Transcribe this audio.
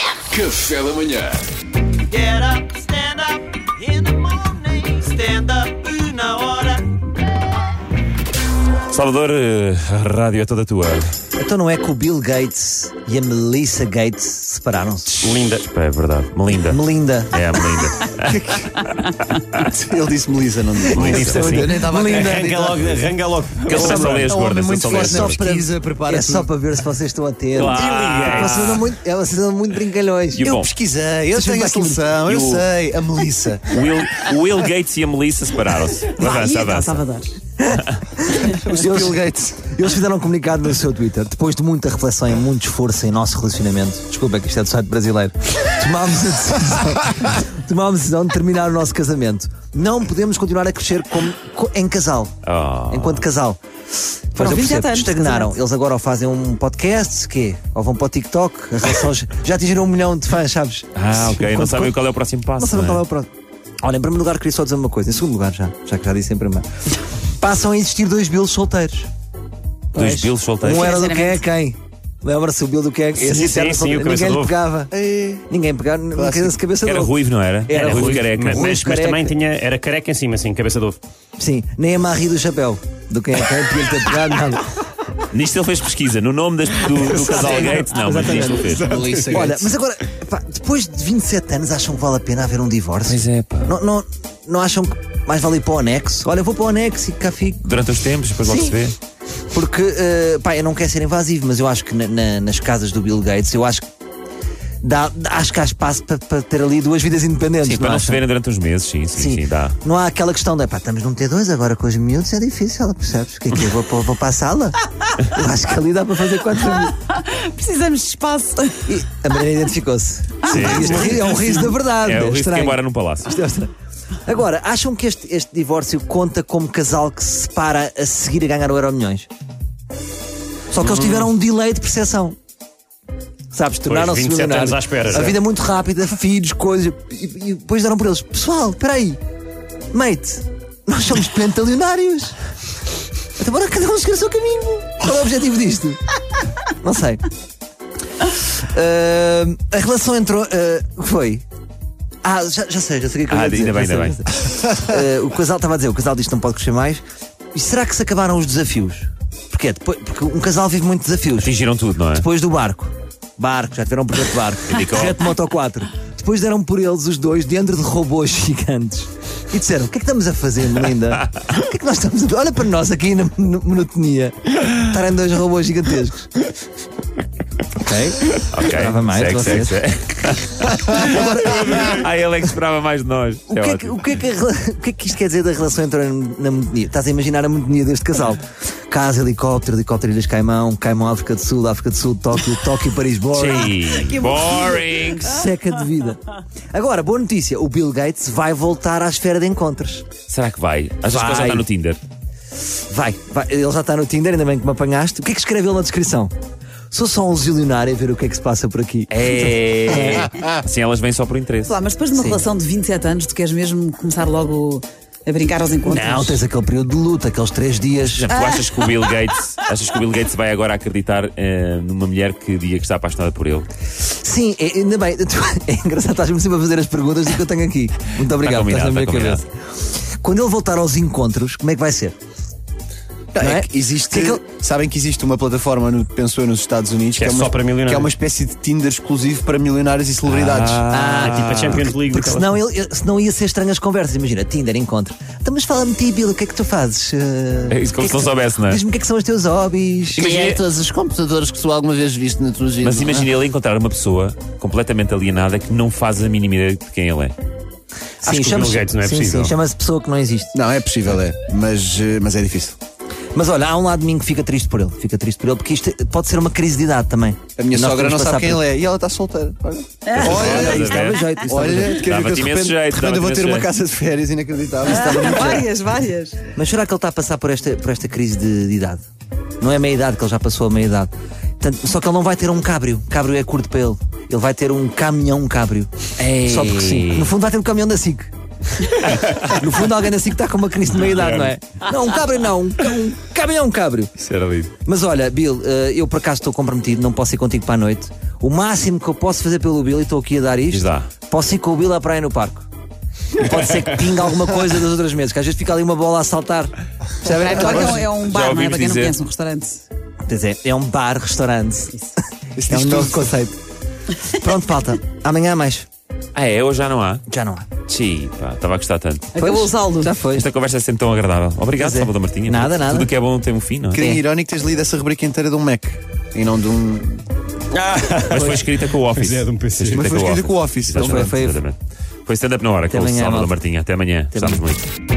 Café da manhã. Get up, stand up in the morning. Stand up na hora. Salvador, a rádio é toda tua. Então não é que o Bill Gates e a Melissa Gates separaram-se? Linda. É verdade. Melinda. Melinda. É a Melinda. Ele disse Melissa, não disse Melissa, sim. Melinda. Arranca logo. Que eles são leis gordas. Muito são forte leis na gordas. pesquisa, é só para ver se vocês estão atentos. Claro. Vocês são muito brincalhões. E o bom? Pesquisei, eu tenho a solução, eu sei, a Melissa. O Will Gates e a Melissa separaram-se. Avança. Salvador. Os Bill Gates. Eles fizeram um comunicado no seu Twitter. Depois de muita reflexão e muito esforço em nosso relacionamento, desculpa, que isto é do site brasileiro, tomámos a decisão de terminar o nosso casamento. Não podemos continuar a crescer em casal. Enquanto casal. Foram 27 anos. Estagnaram. Eles agora ou fazem um podcast, ou vão para o TikTok. A relação já atingiram 1 milhão de fãs, sabes? Ok. Não sabem qual é o próximo passo. Não sabem qual é o próximo. Olha, em primeiro lugar, queria só dizer uma coisa. Em segundo lugar, já que já disse em primeiro, passam a existir 2 Bills solteiros. 2 Bills solteiros? Um era do quem é quem. Lembra-se o Bill do quem é quem? Sim, ninguém lhe pegava. Ninguém pegava, não queria se cabeça de Era ovo. ruivo, não era? Era ruivo ruivo. careca. Mas também era careca em cima, assim, cabeça de ovo. Sim, nem a Marie do chapéu. Do quem é quem, podia lhe ter pegado, nada. Nisto ele fez pesquisa. No nome do casal Gates, não, mas nisto ele fez. Olha, mas agora, pá, depois de 27 anos, acham que vale a pena haver um divórcio? Pois é, pá. Não acham que mais vale ir para o anexo? Olha, eu vou para o anexo e cá fico. Durante os tempos, depois logo se vê. Porque, pá, eu não quero ser invasivo, mas eu acho que nas casas do Bill Gates, eu acho que acho que há espaço para ter ali 2 vidas independentes. Sim, para não se verem durante uns meses, sim, dá. Não há aquela questão de, pá, estamos num T2 agora com os miúdos, é difícil, percebes? O que é que eu vou para a sala? Eu acho que ali dá para fazer 4 famílias. Precisamos de espaço. E a Mariana identificou-se. Sim. É um riso da verdade. É o risco de estranho. ir embora num palácio. Isto é estranho. Agora, acham que este divórcio conta como casal que se separa a seguir a ganhar o Euromilhões? Só que eles tiveram um delay de percepção. Sabes, tornaram-se 27 anos milionários. à espera, A já. vida é muito rápida, filhos, coisas. E depois deram por eles: pessoal, espera aí, mate, nós somos pentalionários. Então bora cada um seguir o seu caminho. Qual é o objetivo disto? Não sei. A relação entrou. O que foi? Já sei o que é que eu ia dizer. Ainda bem. O casal estava a dizer: o casal diz que não pode crescer mais. E será que se acabaram os desafios? Porquê? Porque um casal vive muitos desafios. Atingiram tudo, não é? Depois do barco, já tiveram um projeto de barco. Projeto de Moto 4. Depois deram por eles os 2 dentro de robôs gigantes. E disseram: o que é que estamos a fazer, Melinda? O que é que nós estamos a fazer? Olha para nós aqui na monotonia. Estarem 2 robôs gigantescos. Ok. Esperava mais de vocês. Ele é que esperava mais de nós. O que é que isto quer dizer da relação entre na monotonia? Estás a imaginar a monotonia deste casal? Casa, helicóptero, Ilhas Caimão, África do Sul, Tóquio, Paris, boring. Boring. Seca de vida. Agora, boa notícia: o Bill Gates vai voltar à esfera de encontros. Será que vai? Achas que ele já está no Tinder? Vai. Ele já está no Tinder, ainda bem que me apanhaste. O que é que escreve ele na descrição? Sou só um zilionário a ver o que é que se passa por aqui. Sim, elas vêm só por interesse. Mas depois de uma relação de 27 anos, tu queres mesmo começar logo a brincar aos encontros? Não, tens aquele período de luta, aqueles 3 dias. Tu achas que o Bill Gates vai agora acreditar numa mulher que diga que está apaixonada por ele? Sim, ainda bem. É engraçado, estás-me sempre a fazer as perguntas do que eu tenho aqui. Muito obrigado, estás na minha cabeça. Quando ele voltar aos encontros, como é que vai ser? Sabem que existe uma plataforma, penso eu, nos Estados Unidos que é só para milionários. Que é uma espécie de Tinder exclusivo para milionários e celebridades. Tipo a Champions League. Porque senão ia ser estranhas as conversas. Imagina, Tinder, encontro. Então, mas fala-me, Bill, o que é que tu fazes? É isso como se não soubesse, não é? Diz-me o que é que são os teus hobbies. Imagina todos os computadores que tu alguma vez viste na tua vida. Mas imagina ele encontrar uma pessoa completamente alienada que não faz a mínima ideia de quem ele é. Acho que o Bill Gates não é possível. Sim, chama-se pessoa que não existe. Não, é possível, mas é difícil. Mas olha, há um lado de mim que fica triste por ele. Porque isto pode ser uma crise de idade também. A minha sogra não sabe quem ele é e ela está solteira. Olha, isso dava jeito. Dava-te imenso jeito. Eu vou ter uma casa de férias inacreditável. Várias. Mas será que ele está a passar por esta crise de idade? Não é meia idade, que ele já passou a meia idade. Só que ele não vai ter um cabrio. Cabrio é curto para ele. Ele vai ter um caminhão cabrio. Só porque sim. No fundo vai ter um caminhão da SIC. No fundo alguém assim que está com uma crise de meia-idade, não é? Não, um cabrio não, um caminhão cabrio. Isso era lindo. Mas olha, Bill, eu por acaso estou comprometido, não posso ir contigo para a noite. O máximo que eu posso fazer pelo Billy, estou aqui a dar Diz isto, lá. posso ir com o Billy à praia no parque. E pode ser que pingue alguma coisa das outras mesas, que às vezes fica ali uma bola a saltar. Percebem? Claro que é um bar, não é? ouvimos Para quem não dizer. conhece, um restaurante. Quer dizer, é um bar-restaurante. Isso É um diz novo tudo. conceito. Pronto, falta. Amanhã há mais. Ah, é? Hoje já não há? Já não há. Sim, pá, estava a gostar tanto. Acabou o saldo. Já foi. Esta conversa é sempre tão agradável. Obrigado, Pois é. Salvador Martinha. Nada, nada. Tudo que é bom tem um fim, não é? Um bocadinho irónico teres lido essa rubrica inteira de um Mac e não de um. Mas foi escrita com o Office. Pois é, de um PC. Mas foi escrita com o Office. Exatamente, Foi- exatamente. Foi stand-up na hora com o amanhã, Salvador malta. Martinha. Até amanhã. Até Gostávamos amanhã. muito.